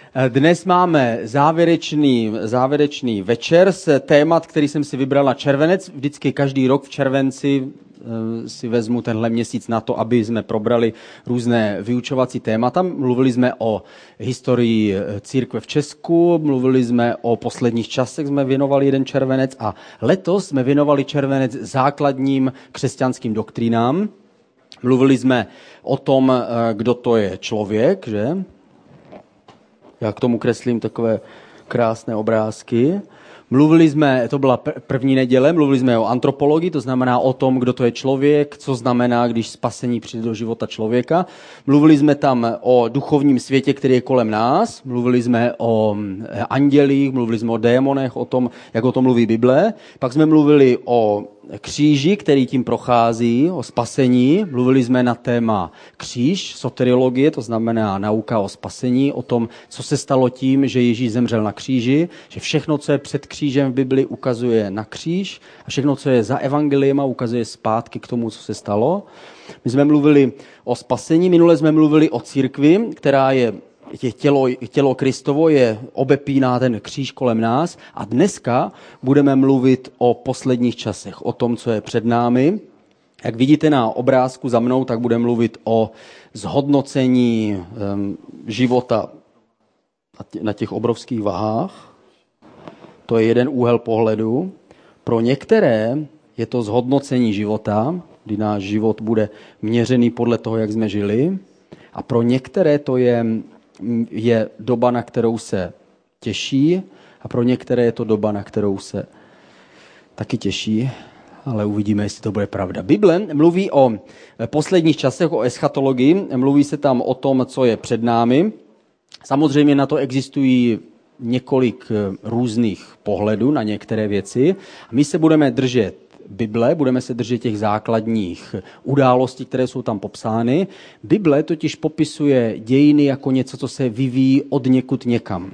Dnes máme závěrečný večer z témat, který jsem si vybral na červenec. Vždycky každý rok v červenci si vezmu tenhle měsíc na to, aby jsme probrali různé vyučovací témata. Mluvili jsme o historii církve v Česku, mluvili jsme o posledních časech, jsme věnovali jeden červenec a letos jsme věnovali červenec základním křesťanským doktrínám. Mluvili jsme o tom, kdo to je člověk, že? Já k tomu kreslím takové krásné obrázky. Mluvili jsme, to byla první neděle, mluvili jsme o antropologii, to znamená o tom, kdo to je člověk, co znamená, když spasení přijde do života člověka. Mluvili jsme tam o duchovním světě, který je kolem nás, mluvili jsme o andělích, mluvili jsme o démonech, o tom, jak o tom mluví Bible. Pak jsme mluvili o kříži, který tím prochází, o spasení. Mluvili jsme na téma kříž, soteriologie, to znamená nauka o spasení, o tom, co se stalo tím, že Ježíš zemřel na kříži, že všechno, co je před křížem v Bibli, ukazuje na kříž a všechno, co je za evangeliema, ukazuje zpátky k tomu, co se stalo. My jsme mluvili o spasení, minule jsme mluvili o církvi, která je tělo Kristovo, obepíná ten kříž kolem nás a dneska budeme mluvit o posledních časech, o tom, co je před námi. Jak vidíte na obrázku za mnou, tak budeme mluvit o zhodnocení života na těch obrovských vahách. To je jeden úhel pohledu. Pro některé je to zhodnocení života, kdy náš život bude měřený podle toho, jak jsme žili. A pro některé to je doba, na kterou se těší a pro některé je to doba, na kterou se taky těší, ale uvidíme, jestli to bude pravda. Bible mluví o posledních časech, o eschatologii, mluví se tam o tom, co je před námi. Samozřejmě na to existují několik různých pohledů na některé věci. My se budeme držet Bible, budeme se držet těch základních událostí, které jsou tam popsány. Bible totiž popisuje dějiny jako něco, co se vyvíjí od někud někam.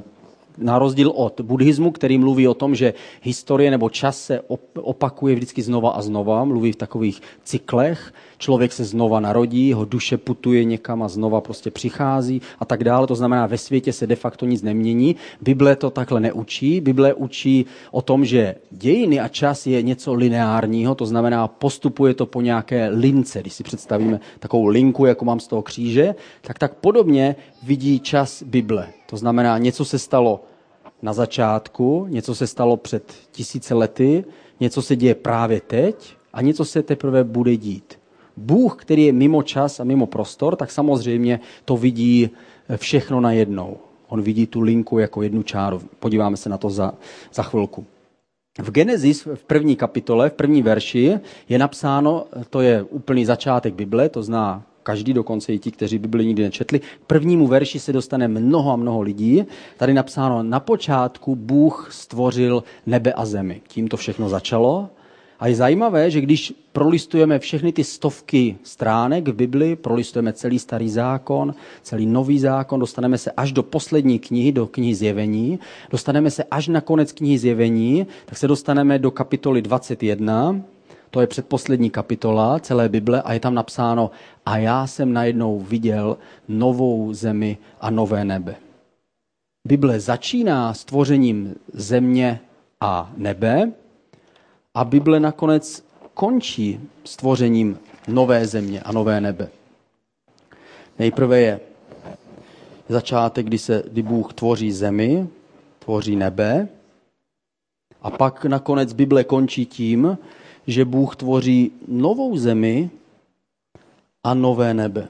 Na rozdíl od buddhismu, který mluví o tom, že historie nebo čas se opakuje vždycky znova a znova, mluví v takových cyklech, člověk se znova narodí, jeho duše putuje někam a znova prostě přichází a tak dále. To znamená, ve světě se de facto nic nemění. Bible to takhle neučí. Bible učí o tom, že dějiny a čas je něco lineárního, to znamená, postupuje to po nějaké lince. Když si představíme takovou linku, jako mám z toho kříže, tak podobně vidí čas Bible. To znamená, něco se stalo na začátku, něco se stalo před 1000 lety, něco se děje právě teď a něco se teprve bude dít. Bůh, který je mimo čas a mimo prostor, tak samozřejmě to vidí všechno najednou. On vidí tu linku jako jednu čáru. Podíváme se na to za chvilku. V Genesis v první kapitole, v první verši je napsáno, to je úplný začátek Bible, to zná každý, dokonce i ti, kteří Bibli nikdy nečetli. K prvnímu verši se dostane mnoho a mnoho lidí. Tady napsáno, na počátku Bůh stvořil nebe a zemi. Tím to všechno začalo. A je zajímavé, že když prolistujeme všechny ty stovky stránek v Bibli, prolistujeme celý starý zákon, celý nový zákon, dostaneme se až do poslední knihy, do knihy Zjevení, dostaneme se až na konec knihy Zjevení, tak se dostaneme do kapitoly 21, to je předposlední kapitola celé Bible a je tam napsáno a já jsem najednou viděl novou zemi a nové nebe. Bible začíná stvořením země a nebe a Bible nakonec končí stvořením nové země a nové nebe. Nejprve je začátek, kdy Bůh tvoří zemi, tvoří nebe a pak nakonec Bible končí tím, že Bůh tvoří novou zemi a nové nebe.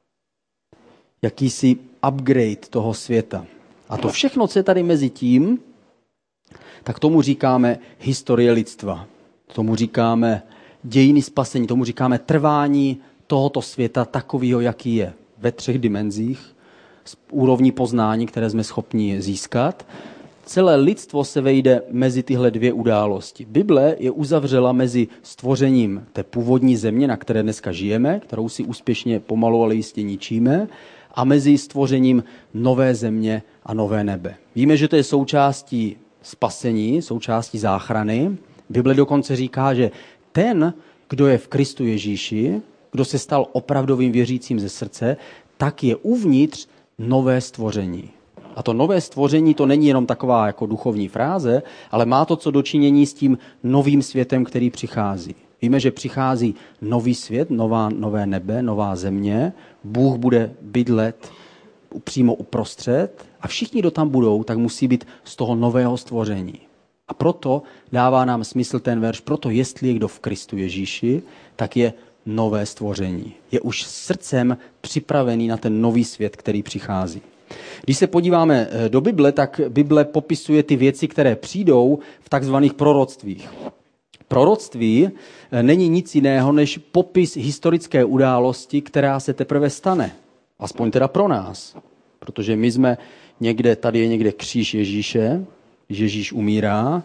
Jakýsi upgrade toho světa. A to všechno, co je tady mezi tím, tak tomu říkáme historie lidstva. Tomu říkáme dějiny spasení, tomu říkáme trvání tohoto světa takového, jaký je. Ve 3 dimenzích, z úrovní poznání, které jsme schopni získat. Celé lidstvo se vejde mezi tyhle 2 události. Bible je uzavřela mezi stvořením té původní země, na které dneska žijeme, kterou si úspěšně pomalu, ale jistě ničíme, a mezi stvořením nové země a nové nebe. Víme, že to je součástí spasení, součástí záchrany. Bible dokonce říká, že ten, kdo je v Kristu Ježíši, kdo se stal opravdovým věřícím ze srdce, tak je uvnitř nové stvoření. A to nové stvoření to není jenom taková jako duchovní fráze, ale má to co dočinění s tím novým světem, který přichází. Víme, že přichází nový svět, nové nebe, nová země. Bůh bude bydlet přímo uprostřed a všichni, kdo tam budou, tak musí být z toho nového stvoření. A proto dává nám smysl ten verš, proto jestli je kdo v Kristu Ježíši, tak je nové stvoření. Je už srdcem připravený na ten nový svět, který přichází. Když se podíváme do Bible, tak Bible popisuje ty věci, které přijdou v takzvaných proroctvích. Proroctví není nic jiného, než popis historické události, která se teprve stane. Aspoň teda pro nás. Protože my jsme někde, tady je někde kříž Ježíše, Ježíš umírá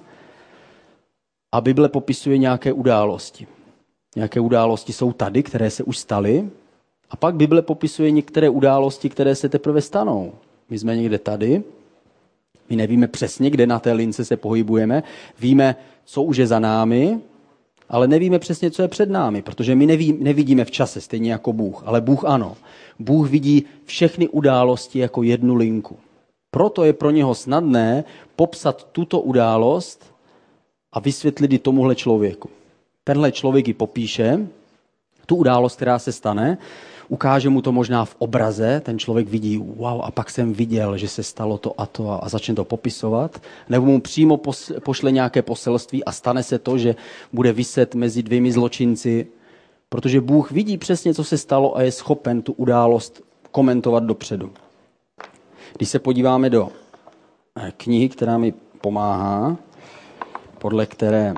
a Bible popisuje nějaké události. Nějaké události jsou tady, které se už staly, a pak Bible popisuje některé události, které se teprve stanou. My jsme někde tady, my nevíme přesně, kde na té lince se pohybujeme, víme, co už je za námi, ale nevíme přesně, co je před námi, protože my nevidíme v čase, stejně jako Bůh, ale Bůh ano. Bůh vidí všechny události jako jednu linku. Proto je pro něho snadné popsat tuto událost a vysvětlit ji tomuhle člověku. Tenhle člověk ji popíše, tu událost, která se stane, ukáže mu to možná v obraze, ten člověk vidí, wow, a pak jsem viděl, že se stalo to a začne to popisovat, nebo mu přímo pošle nějaké poselství a stane se to, že bude viset mezi dvěmi zločinci, protože Bůh vidí přesně, co se stalo a je schopen tu událost komentovat dopředu. Když se podíváme do knihy, která mi pomáhá, podle které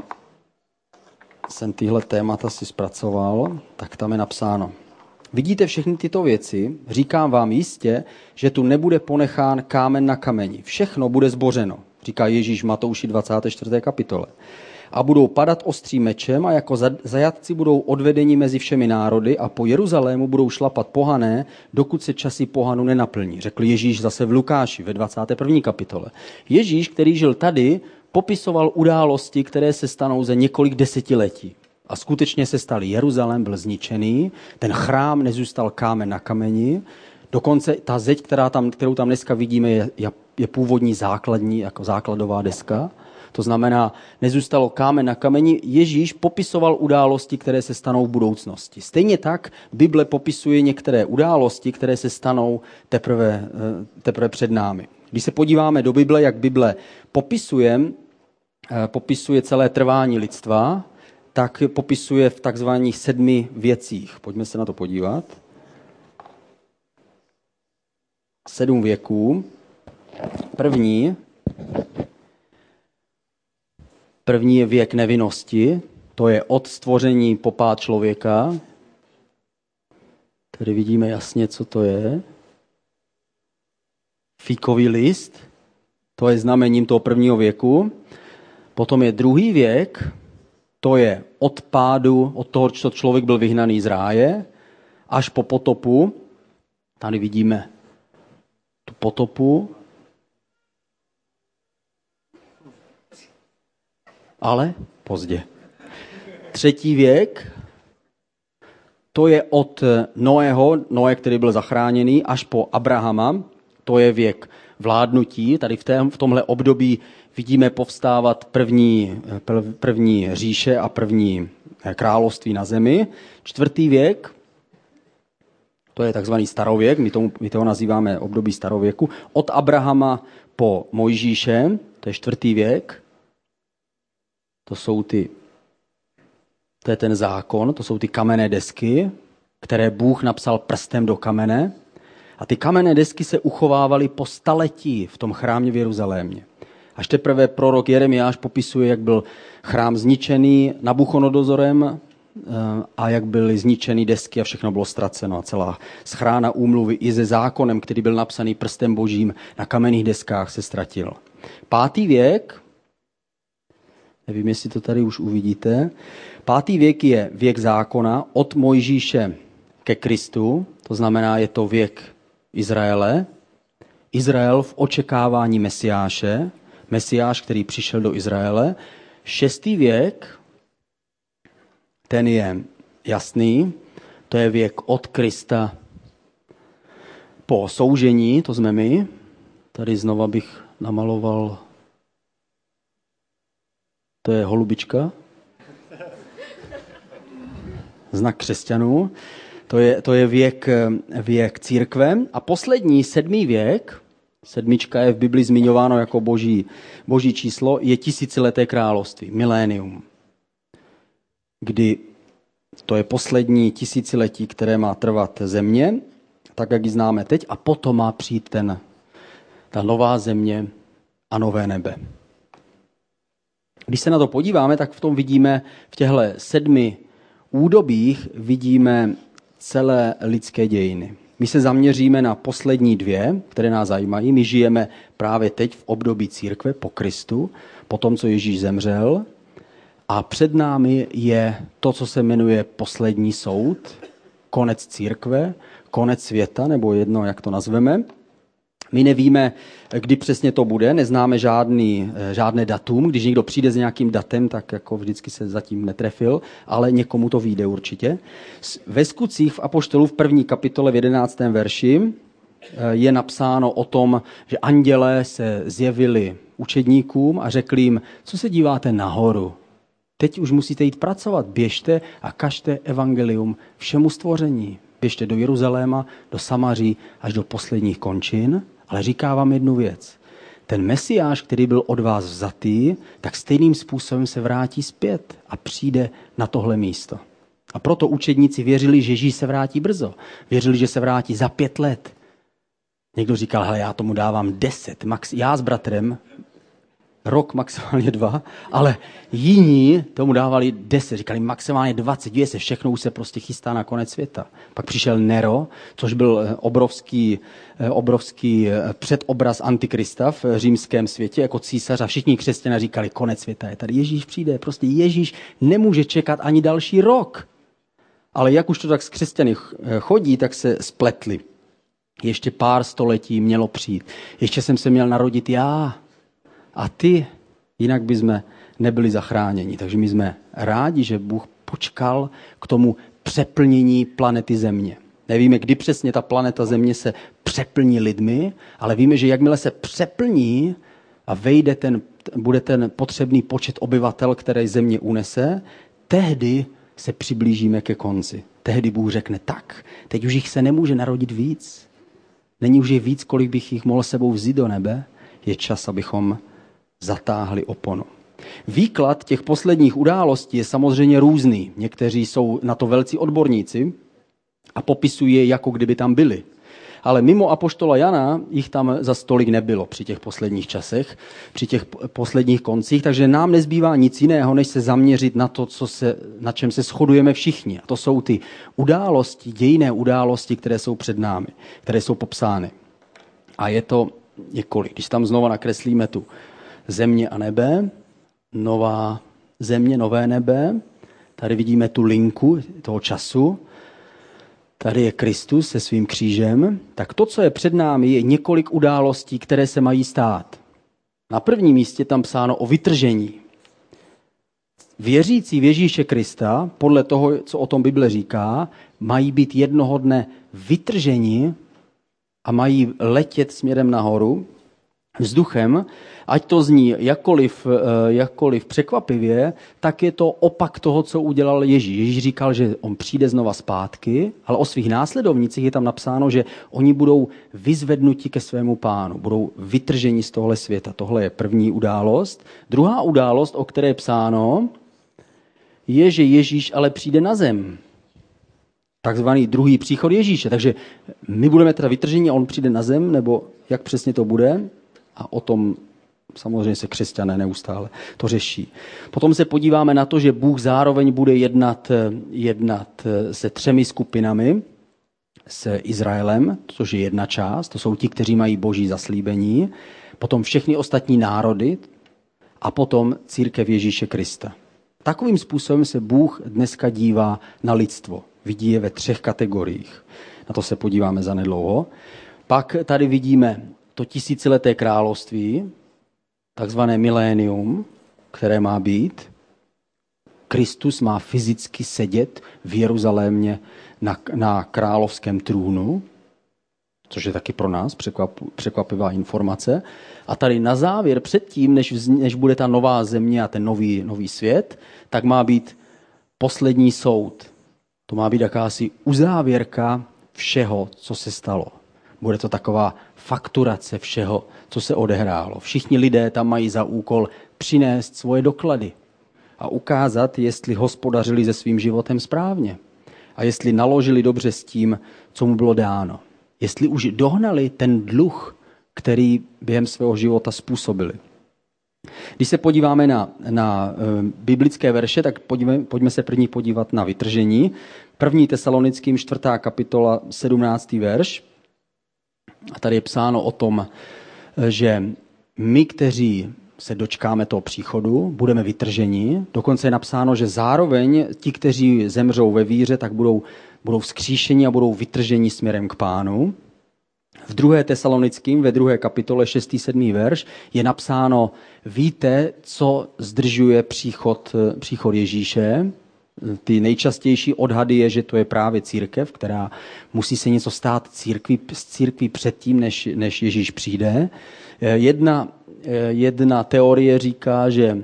jsem tyhle témata si zpracoval, tak tam je napsáno. Vidíte všechny tyto věci, říkám vám jistě, že tu nebude ponechán kámen na kameni. Všechno bude zbořeno, říká Ježíš v Matouši 24. kapitole. A budou padat ostří mečem a jako zajatci budou odvedeni mezi všemi národy a po Jeruzalému budou šlapat pohané, dokud se časy pohanu nenaplní. Řekl Ježíš zase v Lukáši ve 21. kapitole. Ježíš, který žil tady, popisoval události, které se stanou za několik desetiletí. A skutečně se staly. Jeruzalém byl zničený, ten chrám nezůstal kámen na kameni, dokonce ta zeď, kterou tam dneska vidíme, je původní základní, jako základová deska. To znamená, nezůstalo kámen na kameni. Ježíš popisoval události, které se stanou v budoucnosti. Stejně tak Bible popisuje některé události, které se stanou teprve před námi. Když se podíváme do Bible, jak Bible popisuje celé trvání lidstva, tak popisuje v takzvaných 7 věcích. Pojďme se na to podívat. 7 věků. První je věk nevinnosti, to je od stvoření po pád člověka. Tady vidíme jasně, co to je. Fíkový list, to je znamením toho prvního věku. Potom je druhý věk, to je od pádu, od toho, co člověk byl vyhnaný z ráje, až po potopu. Tady vidíme tu potopu. Ale pozdě. Třetí věk, to je od Noé, který byl zachráněný, až po Abrahama, to je věk vládnutí. Tady v tomhle období vidíme povstávat první říše a první království na zemi. 4. věk, to je takzvaný starověk, my toho nazýváme období starověku. Od Abrahama po Mojžíše, to je 4. věk. To je ten zákon, to jsou ty kamenné desky, které Bůh napsal prstem do kamene. A ty kamenné desky se uchovávaly po staletí v tom chrámě v Jeruzalémě. Až teprve prorok Jeremiáš popisuje, jak byl chrám zničený Nabuchodonozorem a jak byly zničeny desky a všechno bylo ztraceno. A celá schrána úmluvy i se zákonem, který byl napsaný prstem božím na kamenných deskách, se ztratil. 5. věk, nevím, jestli to tady už uvidíte. 5. věk je věk zákona od Mojžíše ke Kristu, to znamená, je to věk Izraele. Izrael v očekávání Mesiáše, Mesiáš, který přišel do Izraele. 6. věk, ten je jasný, to je věk od Krista po soužení, to jsme my. Tady znova bych namaloval, to je holubička, znak křesťanů, to je věk církve. A poslední 7. věk, 7 je v Bibli zmiňováno jako boží číslo, je tisícileté království, milénium, kdy to je poslední tisíciletí, které má trvat země, tak jak ji známe teď, a potom má přijít ta nová země a nové nebe. Když se na to podíváme, tak v tom vidíme, v těchto 7 údobích vidíme celé lidské dějiny. My se zaměříme na poslední 2, které nás zajímají. My žijeme právě teď v období církve po Kristu, po tom, co Ježíš zemřel. A před námi je to, co se jmenuje poslední soud, konec církve, konec světa, nebo jedno, jak to nazveme. My nevíme, kdy přesně to bude, neznáme žádné datum. Když někdo přijde s nějakým datem, tak jako vždycky se zatím netrefil, ale někomu to vyjde určitě. Ve Skutcích v Apoštolů v 1. kapitole v 11. verši je napsáno o tom, že andělé se zjevili učedníkům a řekli jim, co se díváte nahoru. Teď už musíte jít pracovat, běžte a kažte evangelium všemu stvoření. Běžte do Jeruzaléma, do Samaří až do posledních končin, ale říká vám jednu věc. Ten Mesiáš, který byl od vás vzatý, tak stejným způsobem se vrátí zpět a přijde na tohle místo. A proto učedníci věřili, že Ježíš se vrátí brzo. Věřili, že se vrátí za 5 let. Někdo říkal, hele, já tomu dávám 10, já s bratrem, rok, maximálně 2, ale jiní tomu dávali 10, říkali maximálně 20, děje se, všechno už se prostě chystá na konec světa. Pak přišel Nero, což byl obrovský předobraz Antikrista v římském světě jako císař a všichni křesťané říkali, konec světa je tady, Ježíš přijde, prostě Ježíš nemůže čekat ani další rok. Ale jak už to tak s křesťany chodí, tak se spletli. Ještě pár století mělo přijít. Ještě jsem se měl narodit já a ty, jinak bychom nebyli zachráněni. Takže my jsme rádi, že Bůh počkal k tomu přeplnění planety Země. Nevíme, kdy přesně ta planeta Země se přeplní lidmi, ale víme, že jakmile se přeplní a bude ten potřebný počet obyvatel, který Země unese, tehdy se přiblížíme ke konci. Tehdy Bůh řekne, tak, teď už jich se nemůže narodit víc. Není už je víc, kolik bych jich mohl sebou vzít do nebe. Je čas, abychom zatáhli oponu. Výklad těch posledních událostí je samozřejmě různý. Někteří jsou na to velcí odborníci a popisují je, jako kdyby tam byli. Ale mimo apoštola Jana jich tam za tolik nebylo při těch posledních časech, při těch posledních koncích, takže nám nezbývá nic jiného, než se zaměřit na to, na čem se shodujeme všichni. A to jsou ty události, dějinné události, které jsou před námi, které jsou popsány. A je to několik. Když tam znova nakreslíme tu země a nebe, nová země, nové nebe, tady vidíme tu linku toho času, tady je Kristus se svým křížem, tak to, co je před námi, je několik událostí, které se mají stát. Na prvním místě tam psáno o vytržení. Věřící v Ježíše Krista, podle toho, co o tom Bible říká, mají být jednoho dne vytrženi a mají letět směrem nahoru vzduchem, ať to zní jakkoliv překvapivě, tak je to opak toho, co udělal Ježíš. Ježíš říkal, že on přijde znova zpátky, ale o svých následovnících je tam napsáno, že oni budou vyzvednuti ke svému pánu, budou vytrženi z tohle světa. Tohle je první událost. Druhá událost, o které je psáno, je, že Ježíš ale přijde na zem. Takzvaný druhý příchod Ježíše. Takže my budeme teda vytrženi a on přijde na zem, nebo jak přesně to bude? A o tom samozřejmě se křesťané neustále to řeší. Potom se podíváme na to, že Bůh zároveň bude jednat se 3 skupinami, s Izraelem, což je jedna část, to jsou ti, kteří mají boží zaslíbení, potom všechny ostatní národy a potom církev Ježíše Krista. Takovým způsobem se Bůh dneska dívá na lidstvo. Vidí je ve 3 kategoriích. Na to se podíváme zanedlouho. Pak tady vidíme to tisícileté království, takzvané milénium, které má být. Kristus má fyzicky sedět v Jeruzalémě na královském trůnu, což je taky pro nás překvapivá informace. A tady na závěr, předtím, než bude ta nová země a ten nový svět, tak má být poslední soud. To má být jakási uzávěrka všeho, co se stalo. Bude to taková fakturace všeho, co se odehrálo. Všichni lidé tam mají za úkol přinést svoje doklady a ukázat, jestli hospodařili se svým životem správně a jestli naložili dobře s tím, co mu bylo dáno. Jestli už dohnali ten dluh, který během svého života způsobili. Když se podíváme na biblické verše, tak pojďme se první podívat na vytržení. 1. Tesalonickým 4. kapitola 17. verš. A tady je psáno o tom, že my, kteří se dočkáme toho příchodu, budeme vytrženi. Dokonce je napsáno, že zároveň ti, kteří zemřou ve víře, tak budou vzkříšeni a budou vytrženi směrem k Pánu. V 2. Tesalonickým, ve 2. kapitole 6. 7. verš je napsáno, víte, co zdržuje příchod Ježíše. Ty nejčastější odhady je, že to je právě církev, která musí se něco stát s církví předtím, než Ježíš přijde. Jedna teorie říká, že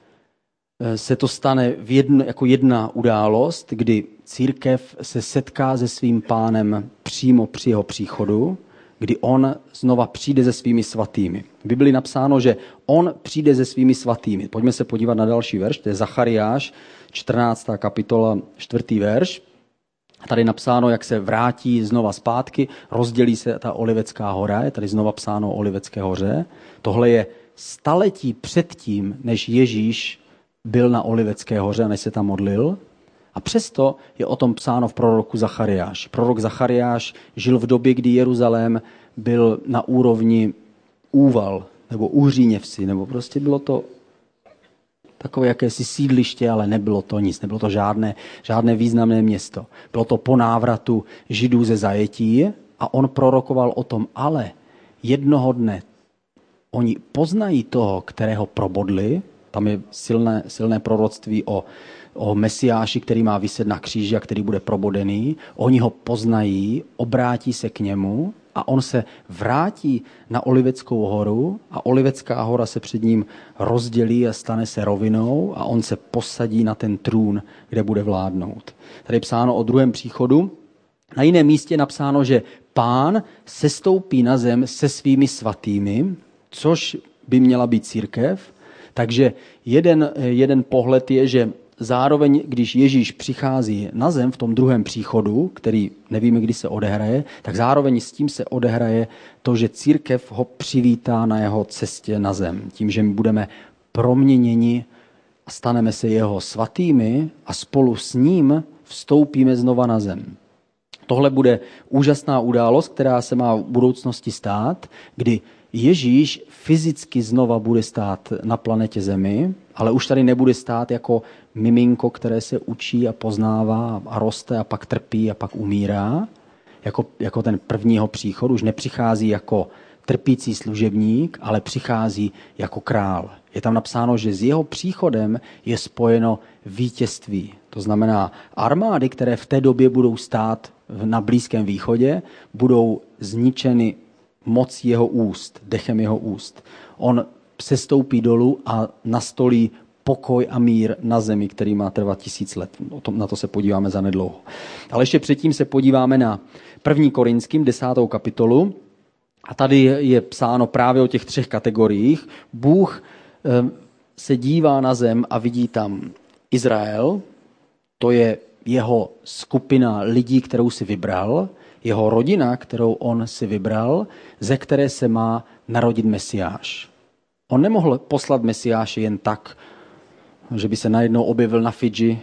se to stane jako jedna událost, kdy církev se setká se svým Pánem přímo při jeho příchodu, kdy on znova přijde se svými svatými. V Biblii napsáno, že on přijde se svými svatými. Pojďme se podívat na další verš, to je Zachariáš, 14. kapitola, 4. verš. Tady je napsáno, jak se vrátí znova zpátky, rozdělí se ta Olivecká hora, je tady znova psáno o Olivecké hoře. Tohle je staletí předtím, než Ježíš byl na Olivecké hoře a než se tam modlil. A přesto je o tom psáno v proroku Zachariáš. Prorok Zachariáš žil v době, kdy Jeruzalém byl na úrovni úval nebo Uhříněvsi, nebo prostě bylo to takové jakési sídliště, ale nebylo to nic, nebylo to žádné významné město. Bylo to po návratu Židů ze zajetí a on prorokoval o tom, ale jednoho dne oni poznají toho, kterého probodli, tam je silné proroctví o Mesiáši, který má viset na kříži a který bude probodený. Oni ho poznají, obrátí se k němu a on se vrátí na Oliveckou horu a Olivecká hora se před ním rozdělí a stane se rovinou a on se posadí na ten trůn, kde bude vládnout. Tady je psáno o druhém příchodu. Na jiném místě je napsáno, že Pán sestoupí na zem se svými svatými, což by měla být církev. Takže jeden pohled je, že zároveň, když Ježíš přichází na zem v tom druhém příchodu, který nevíme, kdy se odehraje, tak zároveň s tím se odehraje to, že církev ho přivítá na jeho cestě na zem. Tím, že my budeme proměněni a staneme se jeho svatými a spolu s ním vstoupíme znova na zem. Tohle bude úžasná událost, která se má v budoucnosti stát, kdy Ježíš fyzicky znova bude stát na planetě Zemi, ale už tady nebude stát jako miminko, které se učí a poznává a roste a pak trpí a pak umírá. Jako ten prvního příchod už nepřichází jako trpící služebník, ale přichází jako král. Je tam napsáno, že s jeho příchodem je spojeno vítězství. To znamená, armády, které v té době budou stát na Blízkém východě, budou zničeny moc jeho úst, dechem jeho úst. On sestoupí dolů a nastolí pokoj a mír na zemi, který má trvat 1000 let. Na to se podíváme zanedlouho. Ale ještě předtím se podíváme na 1. Korinským 10. kapitolu. A tady je psáno právě o těch 3 kategoriích. Bůh se dívá na zem a vidí tam Izrael, to je jeho skupina lidí, kterou si vybral, jeho rodina, kterou on si vybral, ze které se má narodit Mesiáš. On nemohl poslat Mesiáše jen tak, že by se najednou objevil na Fidži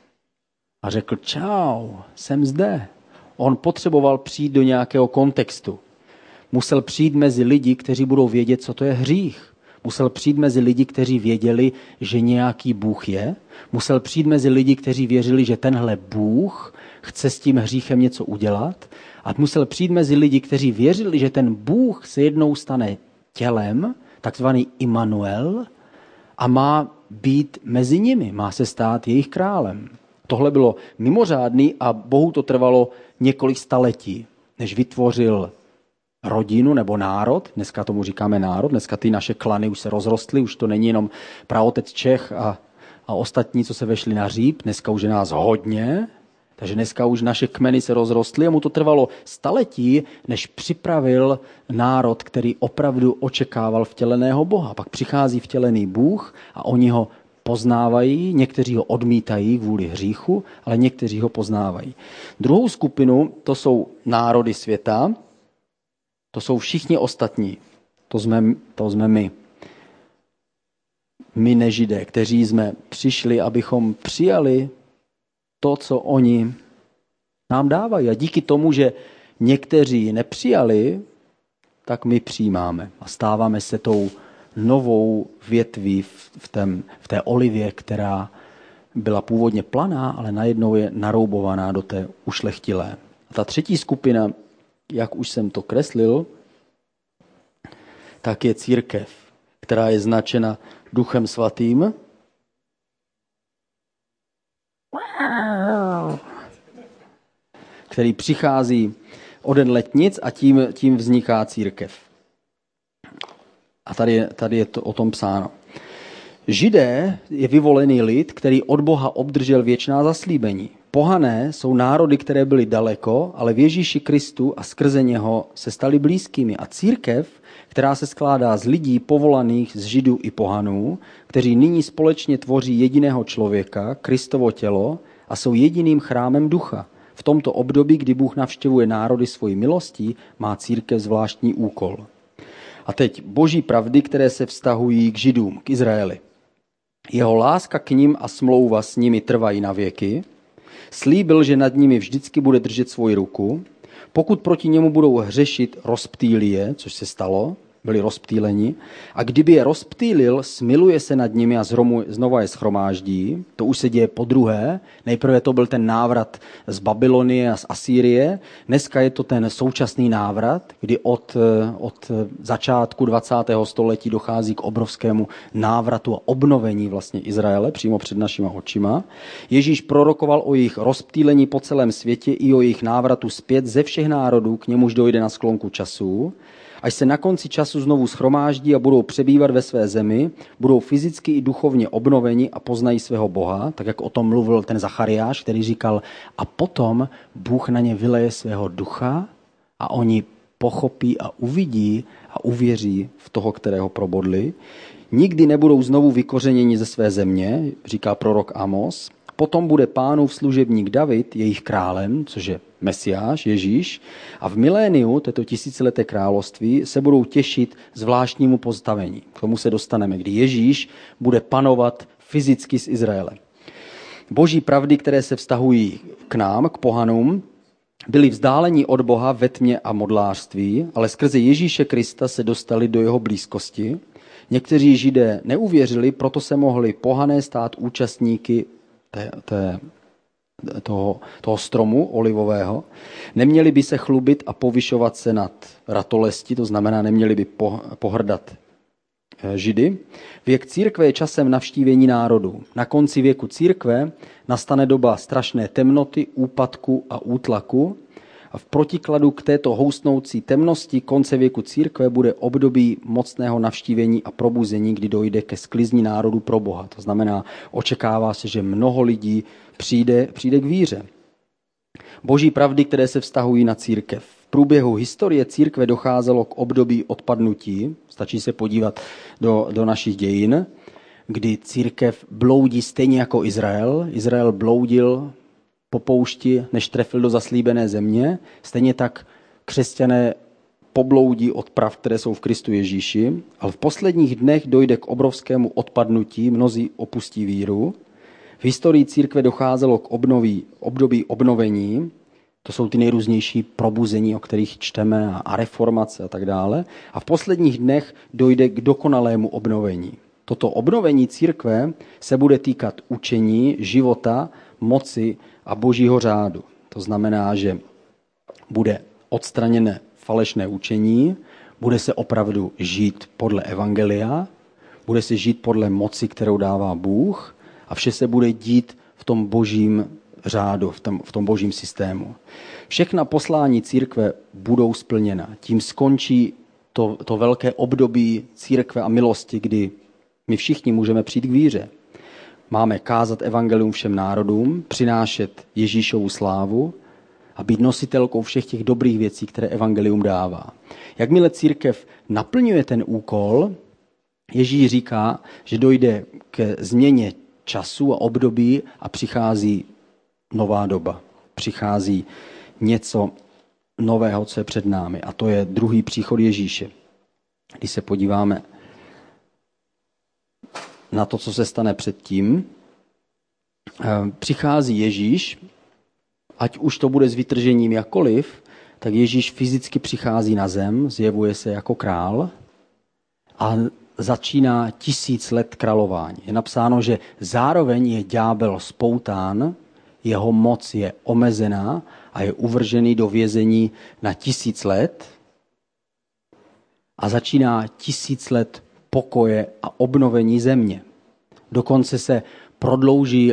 a řekl čau, jsem zde. On potřeboval přijít do nějakého kontextu. Musel přijít mezi lidi, kteří budou vědět, co to je hřích. Musel přijít mezi lidi, kteří věděli, že nějaký Bůh je. Musel přijít mezi lidi, kteří věřili, že tenhle Bůh chce s tím hříchem něco udělat. A musel přijít mezi lidi, kteří věřili, že ten Bůh se jednou stane tělem, takzvaný Immanuel, a má být mezi nimi, má se stát jejich králem. Tohle bylo mimořádný a Bohu to trvalo několik staletí, než vytvořil rodinu nebo národ, dneska tomu říkáme národ, dneska ty naše klany už se rozrostly, už to není jenom praotec Čech a ostatní, co se vešli na Říp, dneska už je nás hodně, takže dneska už naše kmeny se rozrostly a mu to trvalo staletí, než připravil národ, který opravdu očekával vtěleného Boha. Pak přichází vtělený Bůh a oni ho poznávají, někteří ho odmítají kvůli hříchu, ale někteří ho poznávají. Druhou skupinu, to jsou národy světa, to jsou všichni ostatní, to jsme my. My nežidé, kteří jsme přišli, abychom přijali to, co oni nám dávají. A díky tomu, že někteří nepřijali, tak my přijímáme a stáváme se tou novou větví v té olivě, která byla původně planá, ale najednou je naroubovaná do té ušlechtilé. A ta třetí skupina, jak už jsem to kreslil, tak je církev, která je značena Duchem Svatým. Který přichází o den letnic a tím vzniká církev. A tady je to o tom psáno. Židé je vyvolený lid, který od Boha obdržel věčná zaslíbení. Pohané jsou národy, které byly daleko, ale v Ježíši Kristu a skrze něho se stali blízkými. A církev, která se skládá z lidí povolaných z Židů i pohanů, kteří nyní společně tvoří jediného člověka, Kristovo tělo, a jsou jediným chrámem ducha. V tomto období, kdy Bůh navštěvuje národy svojí milostí, má církev zvláštní úkol. A teď boží pravdy, které se vztahují k Židům, k Izraeli. Jeho láska k nim a smlouva s nimi trvají na věky. Slíbil, že nad nimi vždycky bude držet svoji ruku. Pokud proti němu budou hřešit, rozptýlí je, což se stalo, byli rozptýleni. A kdyby je rozptýlil, smiluje se nad nimi a znova je shromáždí. To už se děje podruhé. Nejprve to byl ten návrat z Babylonie a z Asýrie. Dneska je to ten současný návrat, kdy od začátku 20. století dochází k obrovskému návratu a obnovení vlastně Izraele přímo před našima očima. Ježíš prorokoval o jejich rozptýlení po celém světě i o jejich návratu zpět ze všech národů, k němuž dojde na sklonku času. Až se na konci času znovu shromáždí a budou přebývat ve své zemi, budou fyzicky i duchovně obnoveni a poznají svého Boha, tak jak o tom mluvil ten Zachariáš, který říkal, a potom Bůh na ně vyleje svého ducha a oni pochopí a uvidí a uvěří v toho, kterého probodli. Nikdy nebudou znovu vykořeněni ze své země, říká prorok Amos. Potom bude Pánův služebník David jejich králem, což je Mesiáš, Ježíš, a v miléniu, této tisícileté království, se budou těšit zvláštnímu postavení. K tomu se dostaneme, kdy Ježíš bude panovat fyzicky z Izraele. Boží pravdy, které se vztahují k nám, k pohanům, byli vzdáleni od Boha ve tmě a modlářství, ale skrze Ježíše Krista se dostali do jeho blízkosti. Někteří Židé neuvěřili, proto se mohli pohané stát účastníky toho stromu olivového. Neměli by se chlubit a povyšovat se nad ratolesti, to znamená, neměli by pohrdat Židy. Věk církve je časem navštívení národů. Na konci věku církve nastane doba strašné temnoty, úpadku a útlaku. A v protikladu k této houstnoucí temnosti konce věku církve bude období mocného navštívení a probuzení, kdy dojde ke sklizni národu pro Boha. To znamená, očekává se, že mnoho lidí přijde k víře. Boží pravdy, které se vztahují na církev. V průběhu historie církve docházelo k období odpadnutí. Stačí se podívat do našich dějin, kdy církev bloudí stejně jako Izrael. Izrael bloudil po poušti, než trefil do zaslíbené země. Stejně tak křesťané pobloudí od prav, které jsou v Kristu Ježíši. Ale v posledních dnech dojde k obrovskému odpadnutí, mnozí opustí víru. V historii církve docházelo k období obnovení. To jsou ty nejrůznější probuzení, o kterých čteme, a reformace a tak dále. A v posledních dnech dojde k dokonalému obnovení. Toto obnovení církve se bude týkat učení, života, moci a božího řádu. To znamená, že bude odstraněné falešné učení, bude se opravdu žít podle evangelia, bude se žít podle moci, kterou dává Bůh, a vše se bude dít v tom božím řádu, v tom božím systému. Všechna poslání církve budou splněna. Tím skončí to velké období církve a milosti, kdy my všichni můžeme přijít k víře. Máme kázat evangelium všem národům, přinášet Ježíšovu slávu a být nositelkou všech těch dobrých věcí, které evangelium dává. Jakmile církev naplňuje ten úkol, Ježíš říká, že dojde ke změně času a období a přichází nová doba. Přichází něco nového, co je před námi. A to je druhý příchod Ježíše. Když se podíváme na to, co se stane předtím, přichází Ježíš, ať už to bude s vytržením jakkoliv, tak Ježíš fyzicky přichází na zem, zjevuje se jako král a začíná 1000 let králování. Je napsáno, že zároveň je ďábel spoután, jeho moc je omezená a je uvržený do vězení na 1000 let a začíná 1000 let pokoje a obnovení země. Dokonce se prodlouží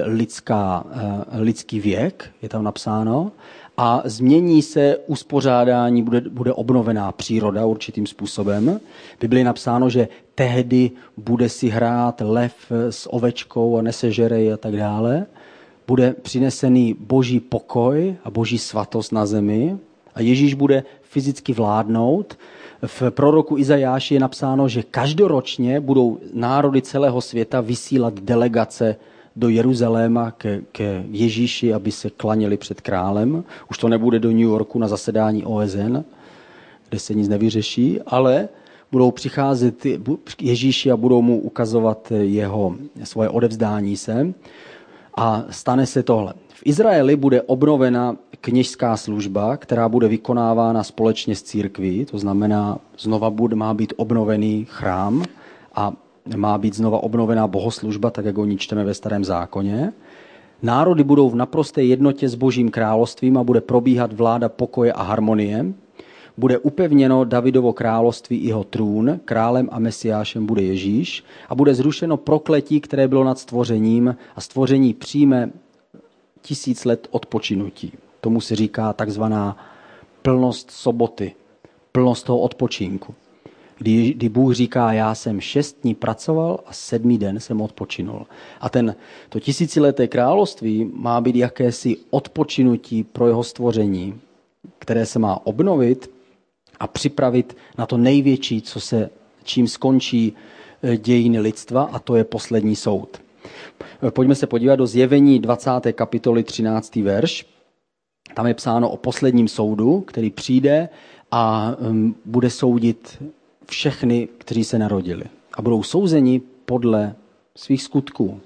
lidský věk, je tam napsáno, a změní se uspořádání, bude obnovená příroda určitým způsobem. V Biblii je napsáno, že tehdy bude si hrát lev s ovečkou a nesežere a tak dále. Bude přinesený boží pokoj a boží svatost na zemi a Ježíš bude fyzicky vládnout. V proroku Izajáši je napsáno, že každoročně budou národy celého světa vysílat delegace do Jeruzaléma ke Ježíši, aby se klaněli před králem. Už to nebude do New Yorku na zasedání OSN, kde se nic nevyřeší, ale budou přicházet Ježíši a budou mu ukazovat svoje odevzdání se. A stane se tohle. V Izraeli bude obnovena kněžská služba, která bude vykonávána společně s církví, to znamená, znova má být obnovený chrám a má být znova obnovená bohoslužba, tak jak o ní čteme ve Starém zákoně. Národy budou v naprosté jednotě s Božím královstvím a bude probíhat vláda pokoje a harmonie. Bude upevněno Davidovo království i jeho trůn, králem a mesiášem bude Ježíš a bude zrušeno prokletí, které bylo nad stvořením a stvoření přijme 1000 let odpočinutí. Tomu se říká takzvaná plnost soboty, plnost toho odpočinku. Kdy Bůh říká, já jsem 6 dní pracoval a 7. den jsem odpočinul. A to 1000leté království má být jakési odpočinutí pro jeho stvoření, které se má obnovit a připravit na to největší, čím skončí dějiny lidstva, a to je poslední soud. Pojďme se podívat do Zjevení 20. kapitoly 13. verš. Tam je psáno o posledním soudu, který přijde a bude soudit všechny, kteří se narodili. A budou souzeni podle svých skutků.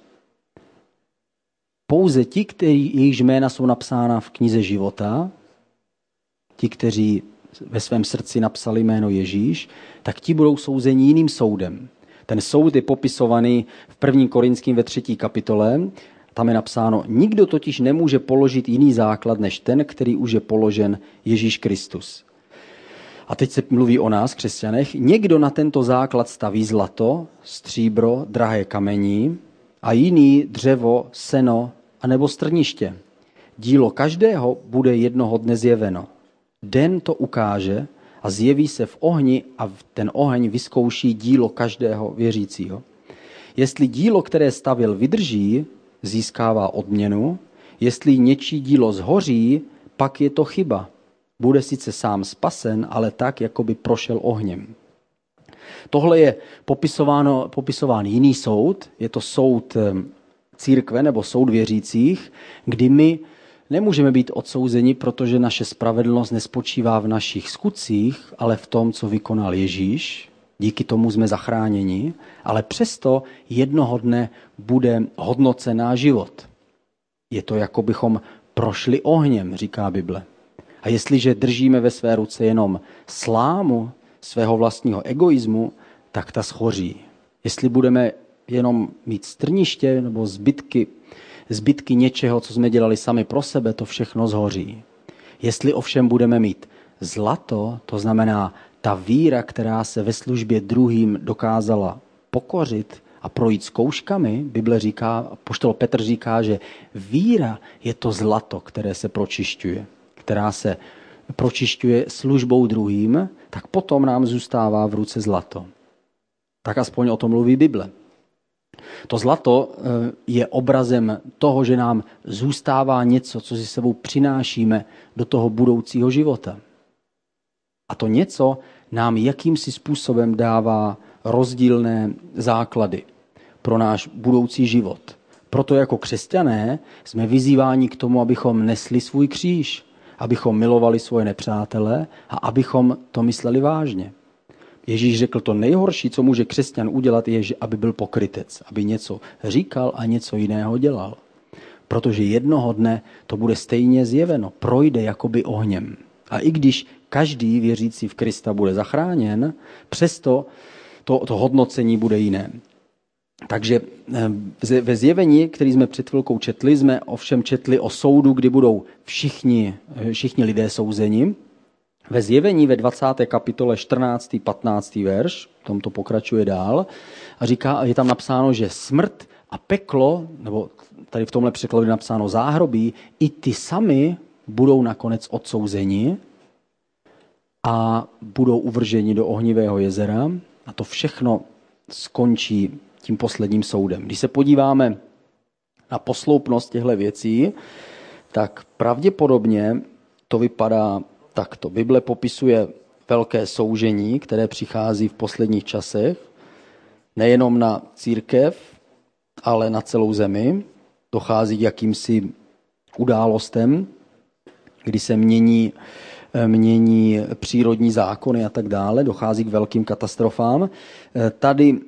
Pouze ti, jejichž jména jsou napsána v knize života, ti, kteří ve svém srdci napsali jméno Ježíš, tak ti budou souzeni jiným soudem. Ten soud je popisovaný v 1. Korinským ve 3. kapitole. Tam je napsáno, nikdo totiž nemůže položit jiný základ, než ten, který už je položen Ježíš Kristus. A teď se mluví o nás, křesťanech. Někdo na tento základ staví zlato, stříbro, drahé kamení a jiný dřevo, seno anebo strniště. Dílo každého bude jednoho dne zjeveno. Den to ukáže a zjeví se v ohni a ten oheň vyzkouší dílo každého věřícího. Jestli dílo, které stavil, vydrží, získává odměnu. Jestli něčí dílo zhoří, pak je to chyba. Bude sice sám spasen, ale tak, jako by prošel ohněm. Tohle je popisován jiný soud. Je to soud církve nebo soud věřících, kdy my nemůžeme být odsouzeni, protože naše spravedlnost nespočívá v našich skutcích, ale v tom, co vykonal Ježíš. Díky tomu jsme zachráněni, ale přesto jednoho dne bude hodnocen náš život. Je to, jako bychom prošli ohněm, říká Bible. A jestliže držíme ve své ruce jenom slámu svého vlastního egoismu, tak ta schoří. Jestli budeme jenom mít strniště nebo zbytky něčeho, co jsme dělali sami pro sebe, to všechno zhoří. Jestli ovšem budeme mít zlato, to znamená ta víra, která se ve službě druhým dokázala pokořit a projít zkouškami, Bible říká, apoštol Petr říká, že víra je to zlato, které se pročišťuje, která se pročišťuje službou druhým, tak potom nám zůstává v ruce zlato. Tak aspoň o tom mluví Bible. To zlato je obrazem toho, že nám zůstává něco, co si sebou přinášíme do toho budoucího života. A to něco nám jakýmsi způsobem dává rozdílné základy pro náš budoucí život. Proto jako křesťané jsme vyzýváni k tomu, abychom nesli svůj kříž, abychom milovali svoje nepřátele a abychom to mysleli vážně. Ježíš řekl, to nejhorší, co může křesťan udělat, je, aby byl pokrytec, aby něco říkal a něco jiného dělal. Protože jednoho dne to bude stejně zjeveno, projde jakoby ohněm. A i když každý věřící v Krista bude zachráněn, přesto to hodnocení bude jiné. Takže ve zjevení, který jsme před chvilkou četli, jsme ovšem četli o soudu, kdy budou všichni lidé souzeni. Ve zjevení ve 20. kapitole 14. 15. verš, tom to pokračuje dál, a říká, je tam napsáno, že smrt a peklo, nebo tady v tomhle překladu je napsáno záhrobí, i ty sami budou nakonec odsouzeni a budou uvrženi do ohnivého jezera a to všechno skončí tím posledním soudem. Když se podíváme na posloupnost těchto věcí, tak pravděpodobně to vypadá takto. Bible popisuje velké soužení, které přichází v posledních časech, nejenom na církev, ale na celou zemi. Dochází k jakýmsi událostem, kdy se mění přírodní zákony a tak dále, dochází k velkým katastrofám. Tady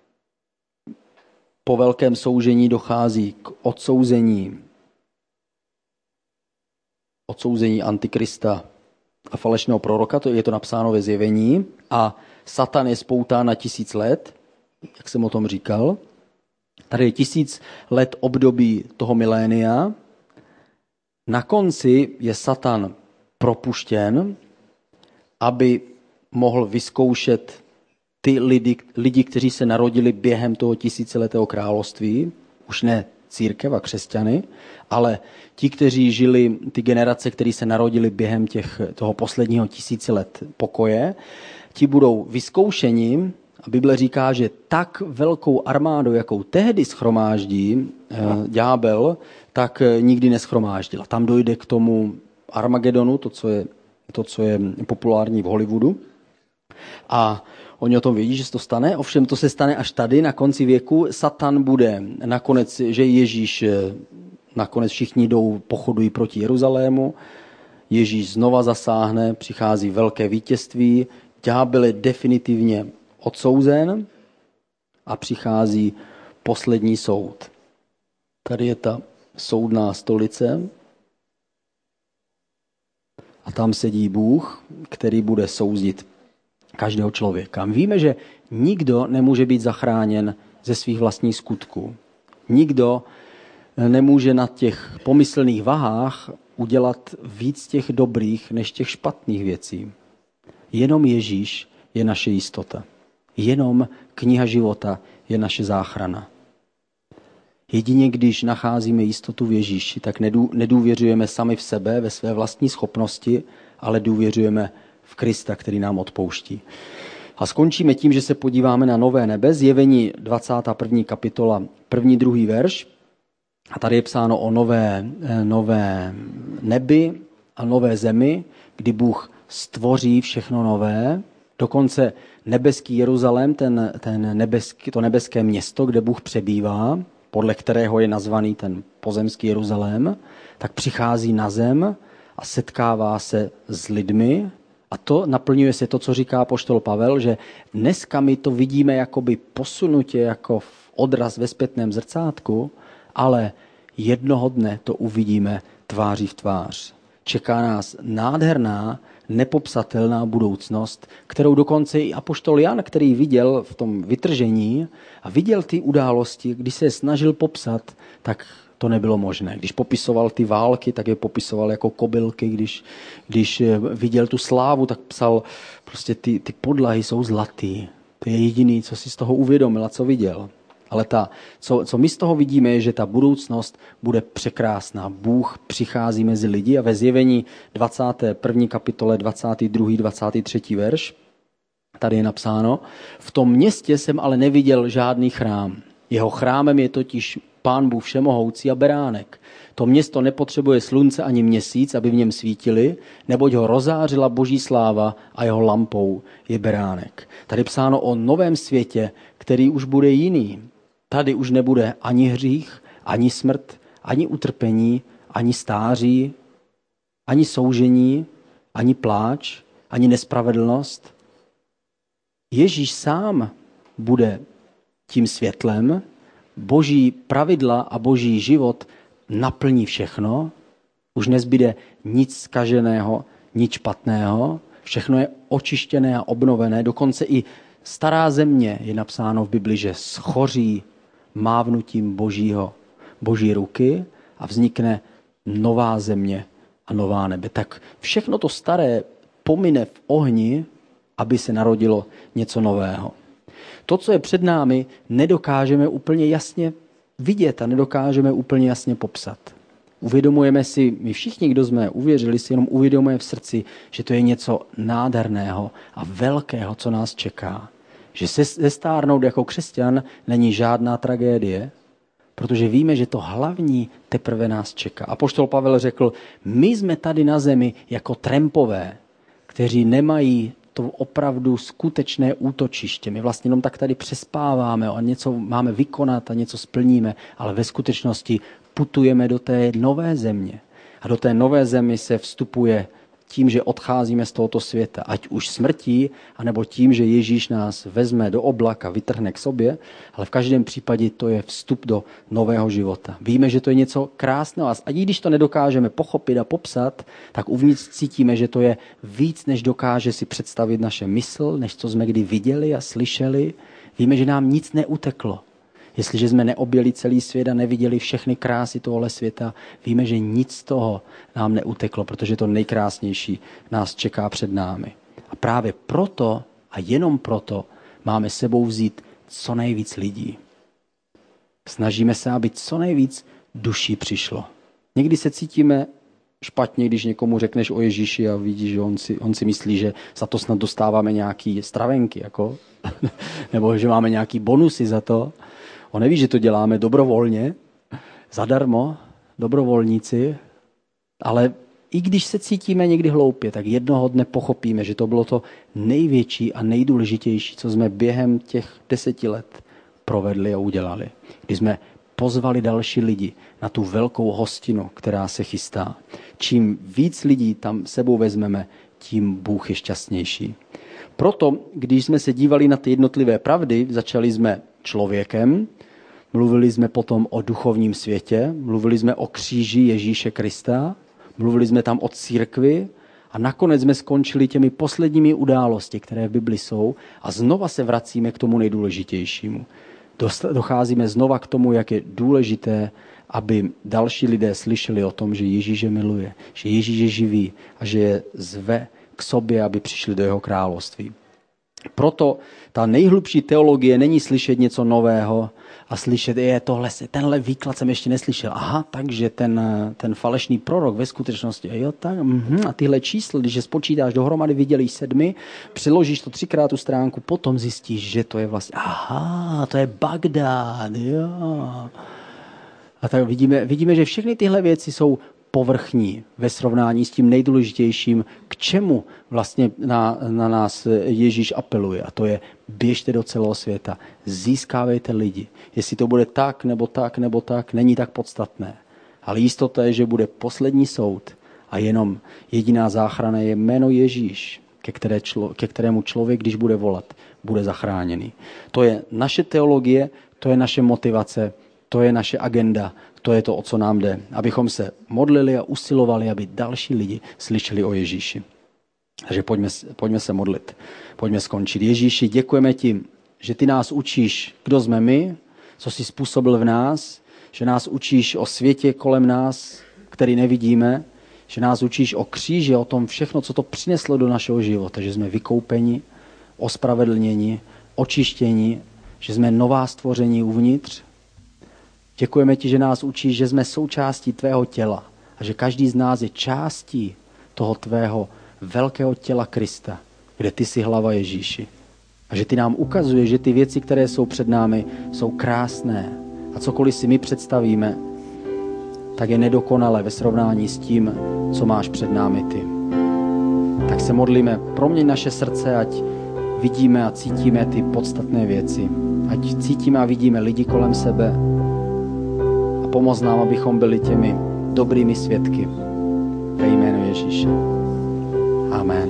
po velkém soužení dochází k odsouzení Antikrista a falešného proroka, je to napsáno ve zjevení, a Satan je spoután na 1000 let, jak jsem o tom říkal. Tady je 1000 let období toho milénia. Na konci je Satan propuštěn, aby mohl vyzkoušet ty lidi, kteří se narodili během toho 1000letého království, už ne církev a křesťany, ale ti, kteří žili, ty generace, které se narodili během toho posledního 1000 let pokoje, ti budou vyzkoušeni. A Bible říká, že tak velkou armádu, jakou tehdy schromáždí ďábel, tak nikdy neschromáždila. Tam dojde k tomu Armagedonu, to, co je populární v Hollywoodu. A oni o tom vědí, že se to stane, ovšem to se stane až tady, na konci věku. Satan bude nakonec, že Ježíš, nakonec všichni pochodují proti Jeruzalému, Ježíš znova zasáhne, přichází velké vítězství, ďábel je definitivně odsouzen a přichází poslední soud. Tady je ta soudná stolice a tam sedí Bůh, který bude soudit každého člověka. Víme, že nikdo nemůže být zachráněn ze svých vlastních skutků. Nikdo nemůže na těch pomyslných vahách udělat víc těch dobrých než těch špatných věcí. Jenom Ježíš je naše jistota. Jenom kniha života je naše záchrana. Jedině když nacházíme jistotu v Ježíši, tak nedůvěřujeme sami v sebe, ve své vlastní schopnosti, ale důvěřujeme v Krista, který nám odpouští. A skončíme tím, že se podíváme na nové nebe, zjevení 21. kapitola, 1. 2. verš. A tady je psáno o nové nebi a nové zemi, kdy Bůh stvoří všechno nové, dokonce nebeský Jeruzalém, to nebeské město, kde Bůh přebývá, podle kterého je nazvaný ten pozemský Jeruzalém, tak přichází na zem a setkává se s lidmi. A to naplňuje se to, co říká apoštol Pavel, že dneska my to vidíme jakoby posunutě, jako v odraz ve zpětném zrcátku, ale jednoho dne to uvidíme tváří v tvář. Čeká nás nádherná, nepopsatelná budoucnost, kterou dokonce i apoštol Jan, který viděl v tom vytržení a viděl ty události, když se je snažil popsat, tak to nebylo možné. Když popisoval ty války, tak je popisoval jako kobylky. Když viděl tu slávu, tak psal, prostě ty podlahy jsou zlatý. To je jediný, co si z toho uvědomil a co viděl. Ale co my z toho vidíme, je, že ta budoucnost bude překrásná. Bůh přichází mezi lidi a ve Zjevení 21. kapitole 22. 23. verš tady je napsáno: v tom městě jsem ale neviděl žádný chrám. Jeho chrámem je totiž Pán Bůh všemohoucí a beránek. To město nepotřebuje slunce ani měsíc, aby v něm svítili, neboť ho rozářila boží sláva a jeho lampou je beránek. Tady psáno o novém světě, který už bude jiný. Tady už nebude ani hřích, ani smrt, ani utrpení, ani stáří, ani soužení, ani pláč, ani nespravedlnost. Ježíš sám bude tím světlem, boží pravidla a boží život naplní všechno, už nezbyde nic zkaženého, nic špatného, všechno je očištěné a obnovené, dokonce i stará země je napsáno v Bibli, že schoří mávnutím boží ruky a vznikne nová země a nová nebe. Tak všechno to staré pomine v ohni, aby se narodilo něco nového. To, co je před námi, nedokážeme úplně jasně vidět a nedokážeme úplně jasně popsat. Uvědomujeme si, my všichni, kdo jsme uvěřili, si jenom uvědomujeme v srdci, že to je něco nádherného a velkého, co nás čeká. Že se zestárnout jako křesťan není žádná tragédie, protože víme, že to hlavní teprve nás čeká. Apoštol Pavel řekl, my jsme tady na zemi jako trampové, kteří nemají to opravdu skutečné útočiště. My vlastně jenom tak tady přespáváme a něco máme vykonat a něco splníme, ale ve skutečnosti putujeme do té nové země. A do té nové země se vstupuje tím, že odcházíme z tohoto světa, ať už smrtí, anebo tím, že Ježíš nás vezme do oblaka, vytrhne k sobě, ale v každém případě to je vstup do nového života. Víme, že to je něco krásného a i když to nedokážeme pochopit a popsat, tak uvnitř cítíme, že to je víc, než dokáže si představit naše mysl, než co jsme kdy viděli a slyšeli. Víme, že nám nic neuteklo. Jestliže jsme neobjeli celý svět a neviděli všechny krásy tohohle světa, víme, že nic z toho nám neuteklo, protože to nejkrásnější nás čeká před námi. A právě proto a jenom proto máme sebou vzít co nejvíc lidí. Snažíme se, aby co nejvíc duší přišlo. Někdy se cítíme špatně, když někomu řekneš o Ježíši a vidíš, že on si myslí, že za to snad dostáváme nějaký stravenky, jako? Nebo že máme nějaký bonusy za to. On neví, že to děláme dobrovolně, zadarmo, dobrovolníci, ale i když se cítíme někdy hloupě, tak jednoho dne pochopíme, že to bylo to největší a nejdůležitější, co jsme během těch 10 let provedli a udělali. Když jsme pozvali další lidi na tu velkou hostinu, která se chystá. Čím víc lidí tam sebou vezmeme, tím Bůh je šťastnější. Proto, když jsme se dívali na ty jednotlivé pravdy, začali jsme člověkem, mluvili jsme potom o duchovním světě, mluvili jsme o kříži Ježíše Krista, mluvili jsme tam o církvi a nakonec jsme skončili těmi posledními události, které v Bibli jsou a znova se vracíme k tomu nejdůležitějšímu. Docházíme znova k tomu, jak je důležité, aby další lidé slyšeli o tom, že Ježíš je miluje, že Ježíš je živý a že je zve k sobě, aby přišli do jeho království. Proto ta nejhlubší teologie není slyšet něco nového a slyšet, tenhle výklad jsem ještě neslyšel. Aha, takže ten falešný prorok ve skutečnosti, a tyhle čísla, když je spočítáš dohromady, vydělíš 7, přiložíš to 3krát tu stránku, potom zjistíš, že to je vlastně, to je Bagdád, jo. A tak vidíme, že všechny tyhle věci jsou povrchní ve srovnání s tím nejdůležitějším, k čemu vlastně na nás Ježíš apeluje. A to je, běžte do celého světa, získávejte lidi. Jestli to bude tak, nebo tak, nebo tak, není tak podstatné. Ale jistota je, že bude poslední soud a jenom jediná záchrana je jméno Ježíš, ke kterému člověk, když bude volat, bude zachráněný. To je naše teologie, to je naše motivace, to je naše agenda, to je to, o co nám jde. Abychom se modlili a usilovali, aby další lidi slyšeli o Ježíši. Takže pojďme se modlit. Pojďme skončit. Ježíši, děkujeme ti, že ty nás učíš, kdo jsme my, co jsi způsobil v nás, že nás učíš o světě kolem nás, který nevidíme, že nás učíš o kříži, o tom všechno, co to přineslo do našeho života, že jsme vykoupeni, ospravedlněni, očištěni, že jsme nová stvoření uvnitř. Děkujeme ti, že nás učíš, že jsme součástí tvého těla a že každý z nás je částí toho tvého velkého těla Krista, kde ty jsi hlava Ježíši. A že ty nám ukazuješ, že ty věci, které jsou před námi, jsou krásné. A cokoliv si my představíme, tak je nedokonalé ve srovnání s tím, co máš před námi ty. Tak se modlíme, proměň naše srdce, ať vidíme a cítíme ty podstatné věci. Ať cítíme a vidíme lidi kolem sebe a pomoz nám, abychom byli těmi dobrými svědky. Ve jménu Ježíše. Amen.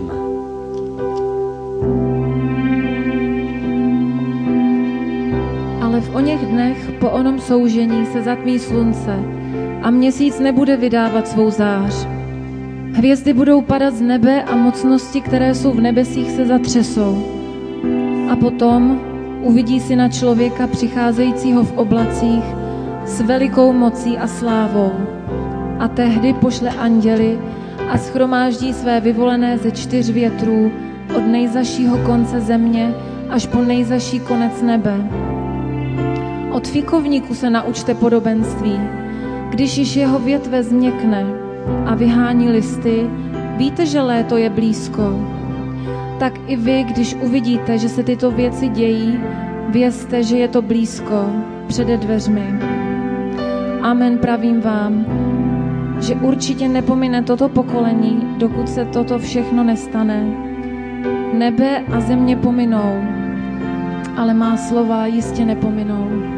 Ale v oněch dnech po onom soužení se zatmí slunce a měsíc nebude vydávat svou zář. Hvězdy budou padat z nebe a mocnosti, které jsou v nebesích, se zatřesou. A potom uvidí Syna člověka přicházejícího v oblacích s velikou mocí a slávou. A tehdy pošle anděly a shromáždí své vyvolené ze 4 větrů od nejzašího konce země až po nejzaší konec nebe. Od fikovníku se naučte podobenství. Když již jeho větve změkne a vyhání listy, víte, že léto je blízko. Tak i vy, když uvidíte, že se tyto věci dějí, vězte, že je to blízko, přede dveřmi. Amen, pravím vám, že určitě nepomine toto pokolení, dokud se toto všechno nestane. Nebe a země pominou, ale má slova jistě nepominou.